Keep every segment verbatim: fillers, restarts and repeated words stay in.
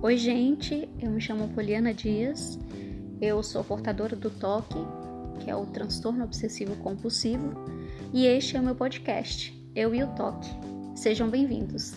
Oi, gente, eu me chamo Poliana Dias, eu sou portadora do T O C, que é o transtorno obsessivo compulsivo, e este é o meu podcast, Eu e o T O C. Sejam bem-vindos.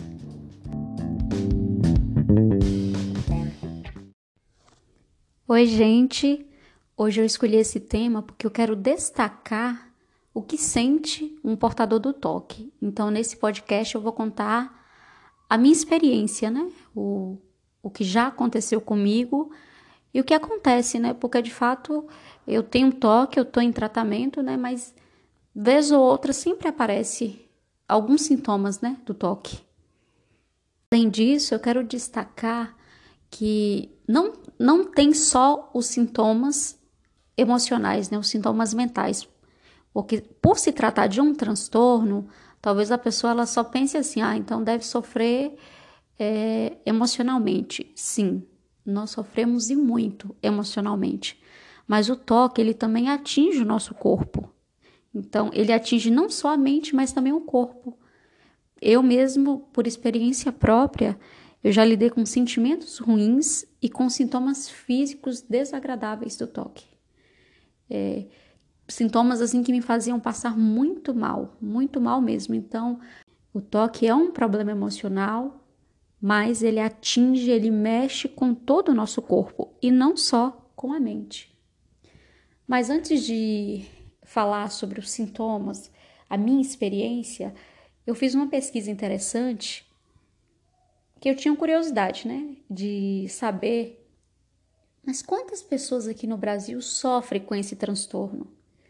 Oi, gente, hoje eu escolhi esse tema porque eu quero destacar o que sente um portador do T O C. Então, nesse podcast eu vou contar a minha experiência, né? O o que já aconteceu comigo e o que acontece, né? Porque, de fato, eu tenho T O C, eu estou em tratamento, né? Mas, vez ou outra, sempre aparece alguns sintomas, né? Do T O C. Além disso, eu quero destacar que não, não tem só os sintomas emocionais, né? Os sintomas mentais. Porque, por se tratar de um transtorno, talvez a pessoa ela só pense assim, ah, então deve sofrer É, emocionalmente. Sim, nós sofremos e muito emocionalmente, mas o T O C ele também atinge o nosso corpo. Então ele atinge não só a mente, mas também o corpo. Eu mesmo, por experiência própria, eu já lidei com sentimentos ruins e com sintomas físicos desagradáveis do T O C. É, sintomas assim que me faziam passar muito mal, muito mal mesmo. Então o T O C é um problema emocional, mas ele atinge, ele mexe com todo o nosso corpo e não só com a mente. Mas antes de falar sobre os sintomas, a minha experiência, eu fiz uma pesquisa interessante que eu tinha curiosidade, né, de saber, mas quantas pessoas aqui no Brasil sofrem com esse transtorno?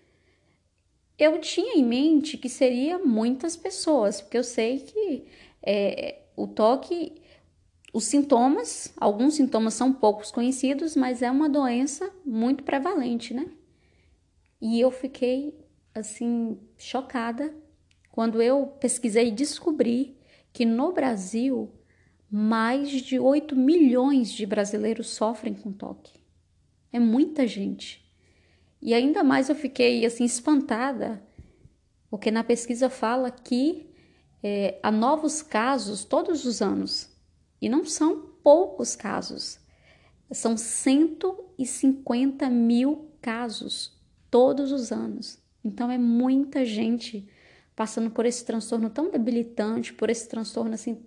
Eu tinha em mente que seria muitas pessoas, porque eu sei que é, o T O C Os sintomas, alguns sintomas são poucos conhecidos, mas é uma doença muito prevalente, né? E eu fiquei, assim, chocada quando eu pesquisei e descobri que no Brasil, mais de oito milhões de brasileiros sofrem com T O C. É muita gente. E ainda mais eu fiquei, assim, espantada, porque na pesquisa fala que é, há novos casos todos os anos. E não são poucos casos, são cento e cinquenta mil casos todos os anos. Então é muita gente passando por esse transtorno tão debilitante, por esse transtorno assim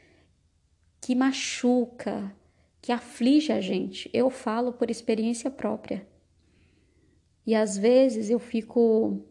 que machuca, que aflige a gente. Eu falo por experiência própria. E às vezes eu fico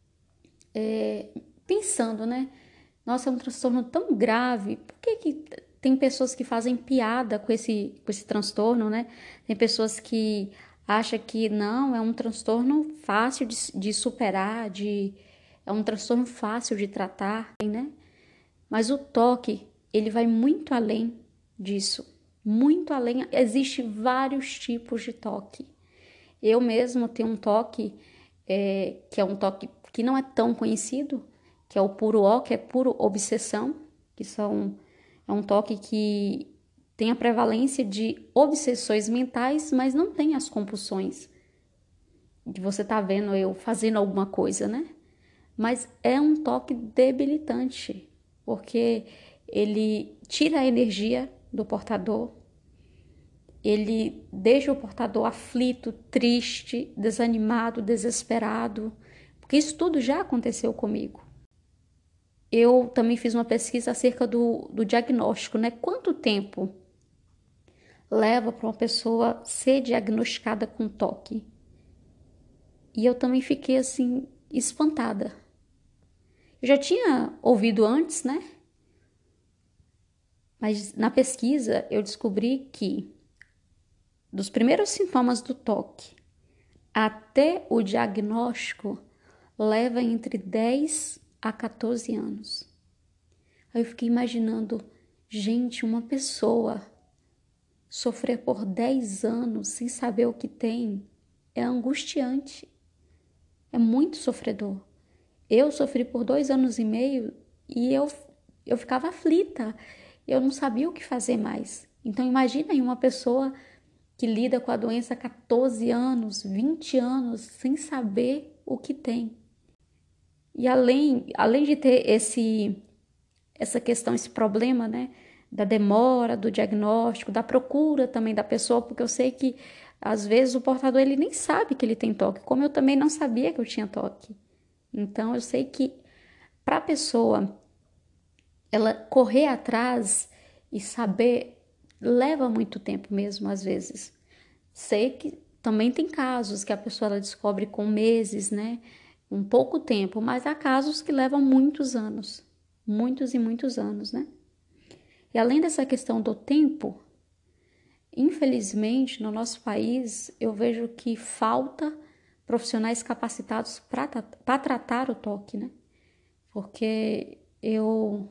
é, pensando, né? Nossa, é um transtorno tão grave. Por que que tem pessoas que fazem piada com esse, com esse transtorno, né? Tem pessoas que acham que não, é um transtorno fácil de, de superar, de, é um transtorno fácil de tratar, né? Mas o T O C, ele vai muito além disso. Muito além. Existem vários tipos de T O C. Eu mesmo tenho um T O C, é, que é um T O C que não é tão conhecido, que é o puro O, que é puro obsessão, que são, é um T O C que tem a prevalência de obsessões mentais, mas não tem as compulsões de você tá vendo eu fazendo alguma coisa, né? Mas é um T O C debilitante, porque ele tira a energia do portador, ele deixa o portador aflito, triste, desanimado, desesperado, porque isso tudo já aconteceu comigo. Eu também fiz uma pesquisa acerca do, do diagnóstico, né? Quanto tempo leva para uma pessoa ser diagnosticada com T O C? E eu também fiquei assim, espantada. Eu já tinha ouvido antes, né? Mas na pesquisa eu descobri que dos primeiros sintomas do T O C até o diagnóstico leva entre dez a quatorze anos. Aí eu fiquei imaginando, gente, uma pessoa sofrer por dez anos sem saber o que tem é angustiante, é muito sofredor. Eu sofri por dois anos e meio e eu, eu ficava aflita, eu não sabia o que fazer mais. Então imagina aí uma pessoa que lida com a doença há quatorze anos, vinte anos, sem saber o que tem. E além, além de ter esse, essa questão, esse problema, né, da demora, do diagnóstico, da procura também da pessoa, porque eu sei que às vezes o portador ele nem sabe que ele tem toque, como eu também não sabia que eu tinha toque. Então eu sei que para a pessoa ela correr atrás e saber leva muito tempo mesmo às vezes. Sei que também tem casos que a pessoa ela descobre com meses, né? Um pouco tempo, mas há casos que levam muitos anos, muitos e muitos anos, né? E além dessa questão do tempo, infelizmente, no nosso país, eu vejo que falta profissionais capacitados para tratar o toque, né? Porque eu,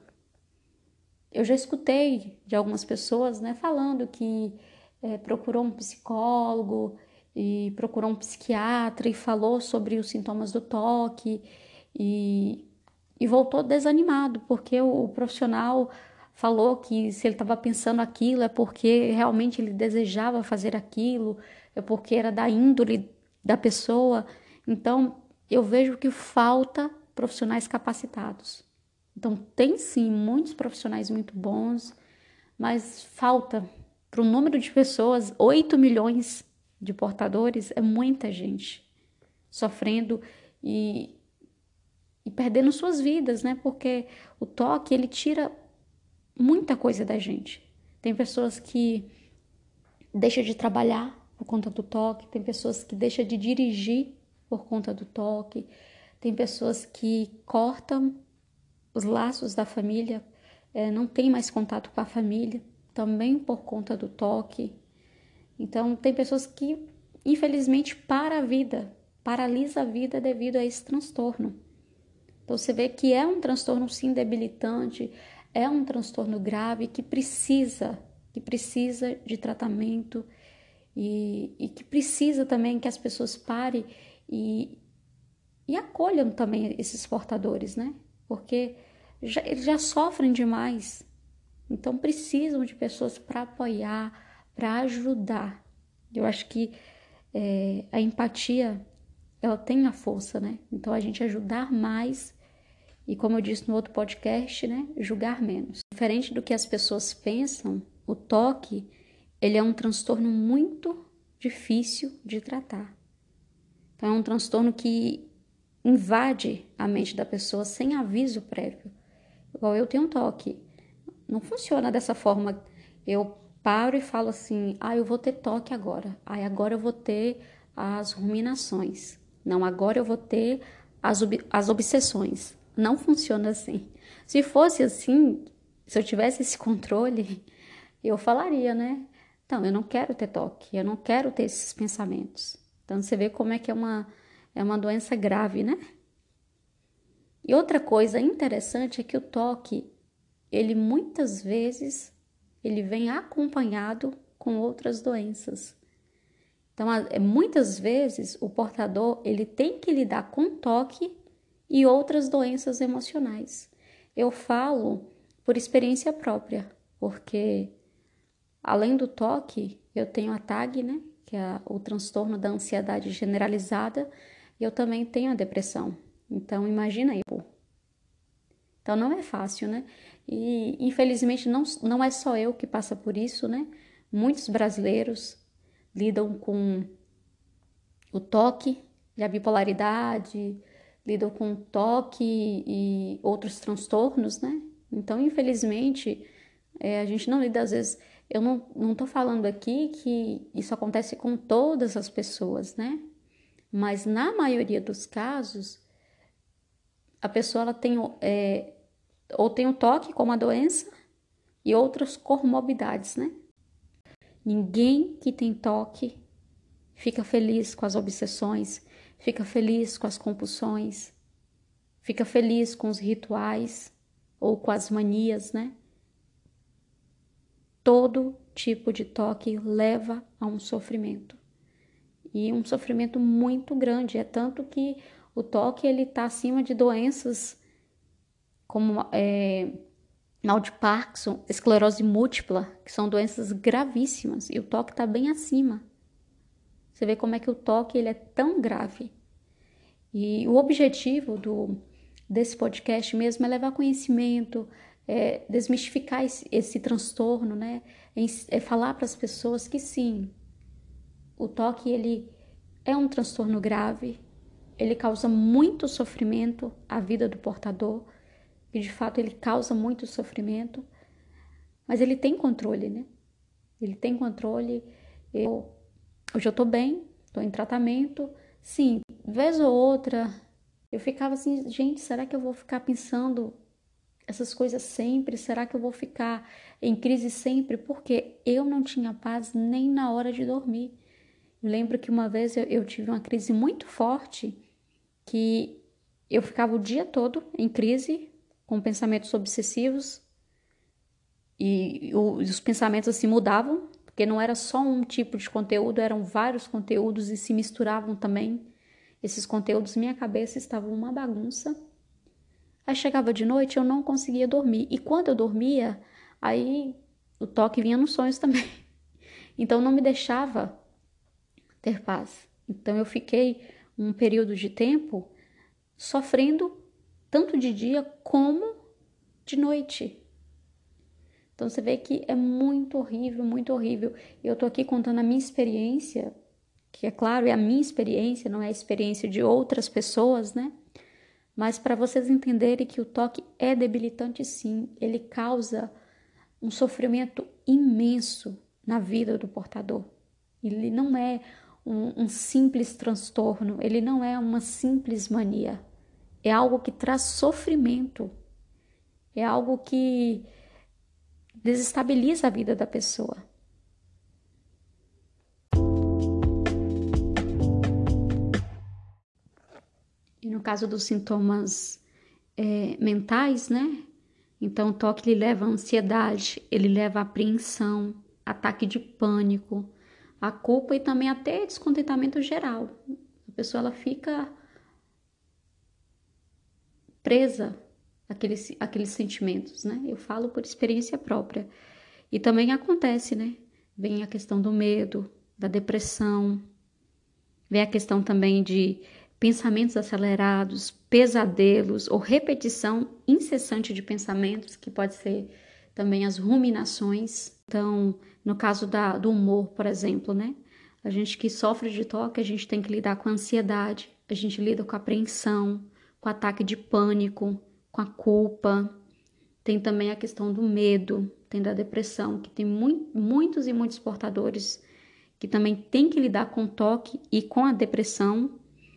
eu já escutei de algumas pessoas, né, falando que é, procurou um psicólogo e procurou um psiquiatra e falou sobre os sintomas do toque e, e voltou desanimado, porque o, o profissional falou que se ele estava pensando aquilo é porque realmente ele desejava fazer aquilo, é porque era da índole da pessoa. Então, eu vejo que falta profissionais capacitados. Então, tem sim muitos profissionais muito bons, mas falta para o número de pessoas, oito milhões de portadores, é muita gente sofrendo e, e perdendo suas vidas, né? Porque o toque, ele tira muita coisa da gente. Tem pessoas que deixam de trabalhar por conta do toque, tem pessoas que deixam de dirigir por conta do toque, tem pessoas que cortam os laços da família, é, não tem mais contato com a família, também por conta do toque. Então, tem pessoas que, infelizmente, para a vida, paralisa a vida devido a esse transtorno. Então, você vê que é um transtorno, sim, debilitante, é um transtorno grave que precisa, que precisa de tratamento e, e que precisa também que as pessoas parem e, e acolham também esses portadores, né? Porque já, eles já sofrem demais. Então precisam de pessoas para apoiar, para ajudar. Eu acho que é, a empatia, ela tem a força, né? Então a gente ajudar mais e, como eu disse no outro podcast, né? Julgar menos. Diferente do que as pessoas pensam, o toque, ele é um transtorno muito difícil de tratar. Então é um transtorno que invade a mente da pessoa sem aviso prévio. Igual eu tenho um toque. Não funciona dessa forma. Eu paro e falo assim, ah, eu vou ter toque agora. Aí agora eu vou ter as ruminações. Não, agora eu vou ter as, ob as obsessões. Não funciona assim. Se fosse assim, se eu tivesse esse controle, eu falaria, né? Então, eu não quero ter toque, eu não quero ter esses pensamentos. Então, você vê como é que é uma, é uma doença grave, né? E outra coisa interessante é que o toque, ele muitas vezes, ele vem acompanhado com outras doenças. Então, muitas vezes, o portador, ele tem que lidar com toque e outras doenças emocionais. Eu falo por experiência própria, porque além do toque, eu tenho a T A G, né, que é o transtorno da ansiedade generalizada, e eu também tenho a depressão. Então, imagina aí, pô. Então, não é fácil, né? E, infelizmente, não, não é só eu que passa por isso, né? Muitos brasileiros lidam com o toque e a bipolaridade, lidam com toque e outros transtornos, né? Então, infelizmente, é, a gente não lida, às vezes, eu não, não tô falando aqui que isso acontece com todas as pessoas, né? Mas na maioria dos casos, a pessoa ela tem, é, ou tem o toque como a doença e outras comorbidades, né? Ninguém que tem toque fica feliz com as obsessões, fica feliz com as compulsões, fica feliz com os rituais ou com as manias, né? Todo tipo de toque leva a um sofrimento. E um sofrimento muito grande. É tanto que o toque ele está acima de doenças como é, mal de Parkinson, esclerose múltipla, que são doenças gravíssimas. E o toque está bem acima. Você vê como é que o toque ele é tão grave. E o objetivo do, desse podcast mesmo é levar conhecimento, é, desmistificar esse, esse transtorno, né? É, é falar para as pessoas que sim, o toque ele é um transtorno grave, ele causa muito sofrimento à vida do portador, e de fato ele causa muito sofrimento, mas ele tem controle, né? Ele tem controle. Eu, hoje eu tô bem, tô em tratamento. Sim, vez ou outra, eu ficava assim, gente, será que eu vou ficar pensando essas coisas sempre? Será que eu vou ficar em crise sempre? Porque eu não tinha paz nem na hora de dormir. Eu lembro que uma vez eu, eu tive uma crise muito forte, que eu ficava o dia todo em crise, com pensamentos obsessivos, e os pensamentos assim mudavam, porque não era só um tipo de conteúdo, eram vários conteúdos e se misturavam também. Esses conteúdos, minha cabeça estava uma bagunça. Aí chegava de noite, eu não conseguia dormir. E quando eu dormia, aí o toque vinha nos sonhos também. Então não me deixava ter paz. Então eu fiquei um período de tempo sofrendo tanto de dia como de noite. Então você vê que é muito horrível, muito horrível. Eu tô aqui contando a minha experiência, que é claro, é a minha experiência, não é a experiência de outras pessoas, né? Mas para vocês entenderem que o toque é debilitante sim, ele causa um sofrimento imenso na vida do portador. Ele não é um, um simples transtorno, ele não é uma simples mania. É algo que traz sofrimento, é algo que desestabiliza a vida da pessoa. E no caso dos sintomas é, mentais, né? Então, o toque ele leva a ansiedade, ele leva a apreensão, ataque de pânico, a culpa e também até descontentamento geral. A pessoa ela fica presa àqueles, àqueles sentimentos, né? Eu falo por experiência própria. E também acontece, né? Vem a questão do medo, da depressão, vem a questão também de pensamentos acelerados, pesadelos ou repetição incessante de pensamentos, que pode ser também as ruminações. Então, no caso da, do humor, por exemplo, né? A gente que sofre de toque, a gente tem que lidar com a ansiedade, a gente lida com a apreensão, com o ataque de pânico, com a culpa. Tem também a questão do medo, tem da depressão, que tem muito, muitos e muitos portadores que também tem que lidar com o toque e com a depressão.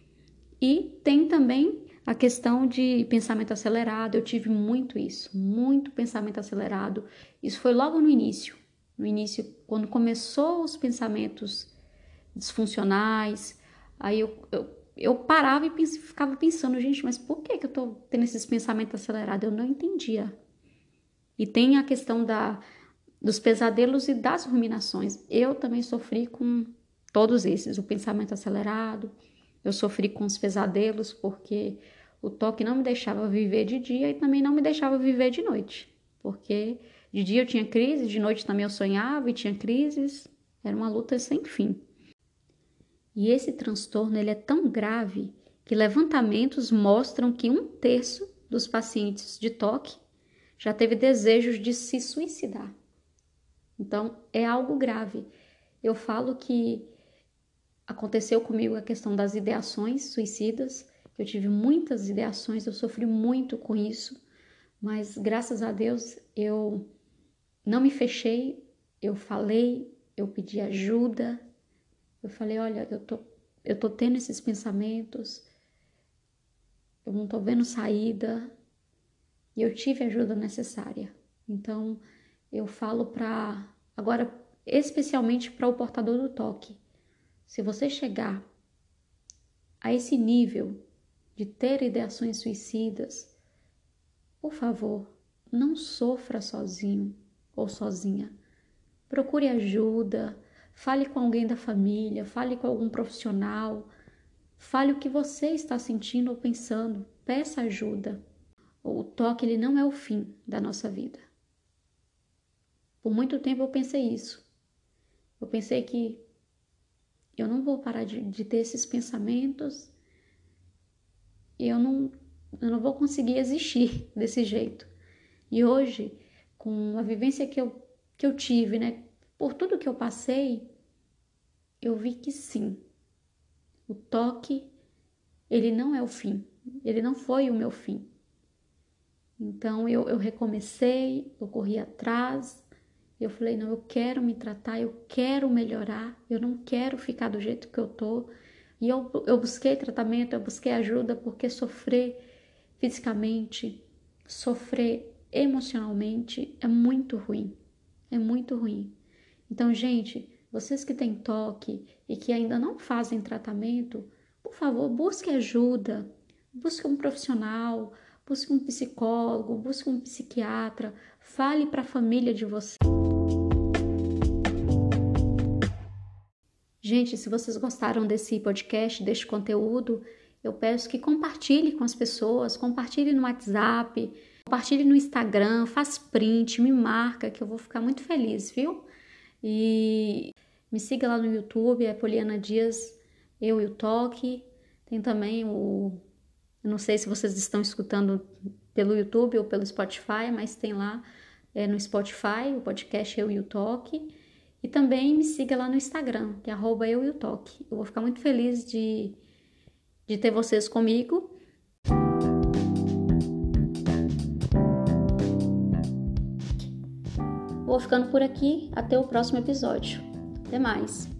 E tem também a questão de pensamento acelerado. Eu tive muito isso, muito pensamento acelerado. Isso foi logo no início. No início, quando começou os pensamentos disfuncionais, aí eu, eu, eu parava e pens, ficava pensando, gente, mas por que, que eu tô tendo esses pensamentos acelerados? Eu não entendia. E tem a questão da, dos pesadelos e das ruminações. Eu também sofri com todos esses, o pensamento acelerado, eu sofri com os pesadelos, porque o toque não me deixava viver de dia e também não me deixava viver de noite. Porque de dia eu tinha crise, de noite também eu sonhava e tinha crises, era uma luta sem fim. E esse transtorno ele é tão grave que levantamentos mostram que um terço dos pacientes de toque já teve desejos de se suicidar. Então, é algo grave. Eu falo que aconteceu comigo a questão das ideações suicidas. Eu tive muitas ideações, eu sofri muito com isso, mas graças a Deus eu não me fechei, eu falei, eu pedi ajuda. Eu falei, olha, eu tô, eu tô tendo esses pensamentos, eu não tô vendo saída, e eu tive a ajuda necessária. Então, eu falo para, agora, especialmente para o portador do toque, se você chegar a esse nível de ter ideações suicidas, por favor, não sofra sozinho ou sozinha. Procure ajuda, fale com alguém da família, fale com algum profissional, fale o que você está sentindo ou pensando, peça ajuda. O toque ele não é o fim da nossa vida. Por muito tempo eu pensei isso. Eu pensei que eu não vou parar de, de ter esses pensamentos e eu não, eu não vou conseguir existir desse jeito. E hoje, com a vivência que eu, que eu tive, né, por tudo que eu passei, eu vi que sim, o toque, ele não é o fim, ele não foi o meu fim. Então eu, eu recomecei, eu corri atrás, eu falei, não, eu quero me tratar, eu quero melhorar, eu não quero ficar do jeito que eu tô. E eu, eu busquei tratamento, eu busquei ajuda, porque sofrer fisicamente, sofrer emocionalmente é muito ruim, é muito ruim. Então, gente, vocês que têm toque e que ainda não fazem tratamento, por favor, busque ajuda, busque um profissional, busque um psicólogo, busque um psiquiatra, fale para a família de vocês. Gente, se vocês gostaram desse podcast, deste conteúdo, eu peço que compartilhe com as pessoas, compartilhe no WhatsApp, compartilhe no Instagram, faz print, me marca, que eu vou ficar muito feliz, viu? E me siga lá no YouTube, é Poliana Dias, Eu e o Toque. Tem também o... Eu não sei se vocês estão escutando pelo YouTube ou pelo Spotify, mas tem lá é, no Spotify o podcast Eu e o Toque. E também me siga lá no Instagram, que é arroba Eu e o Toque. Eu vou ficar muito feliz de, de ter vocês comigo. Vou ficando por aqui. Até o próximo episódio. Até mais.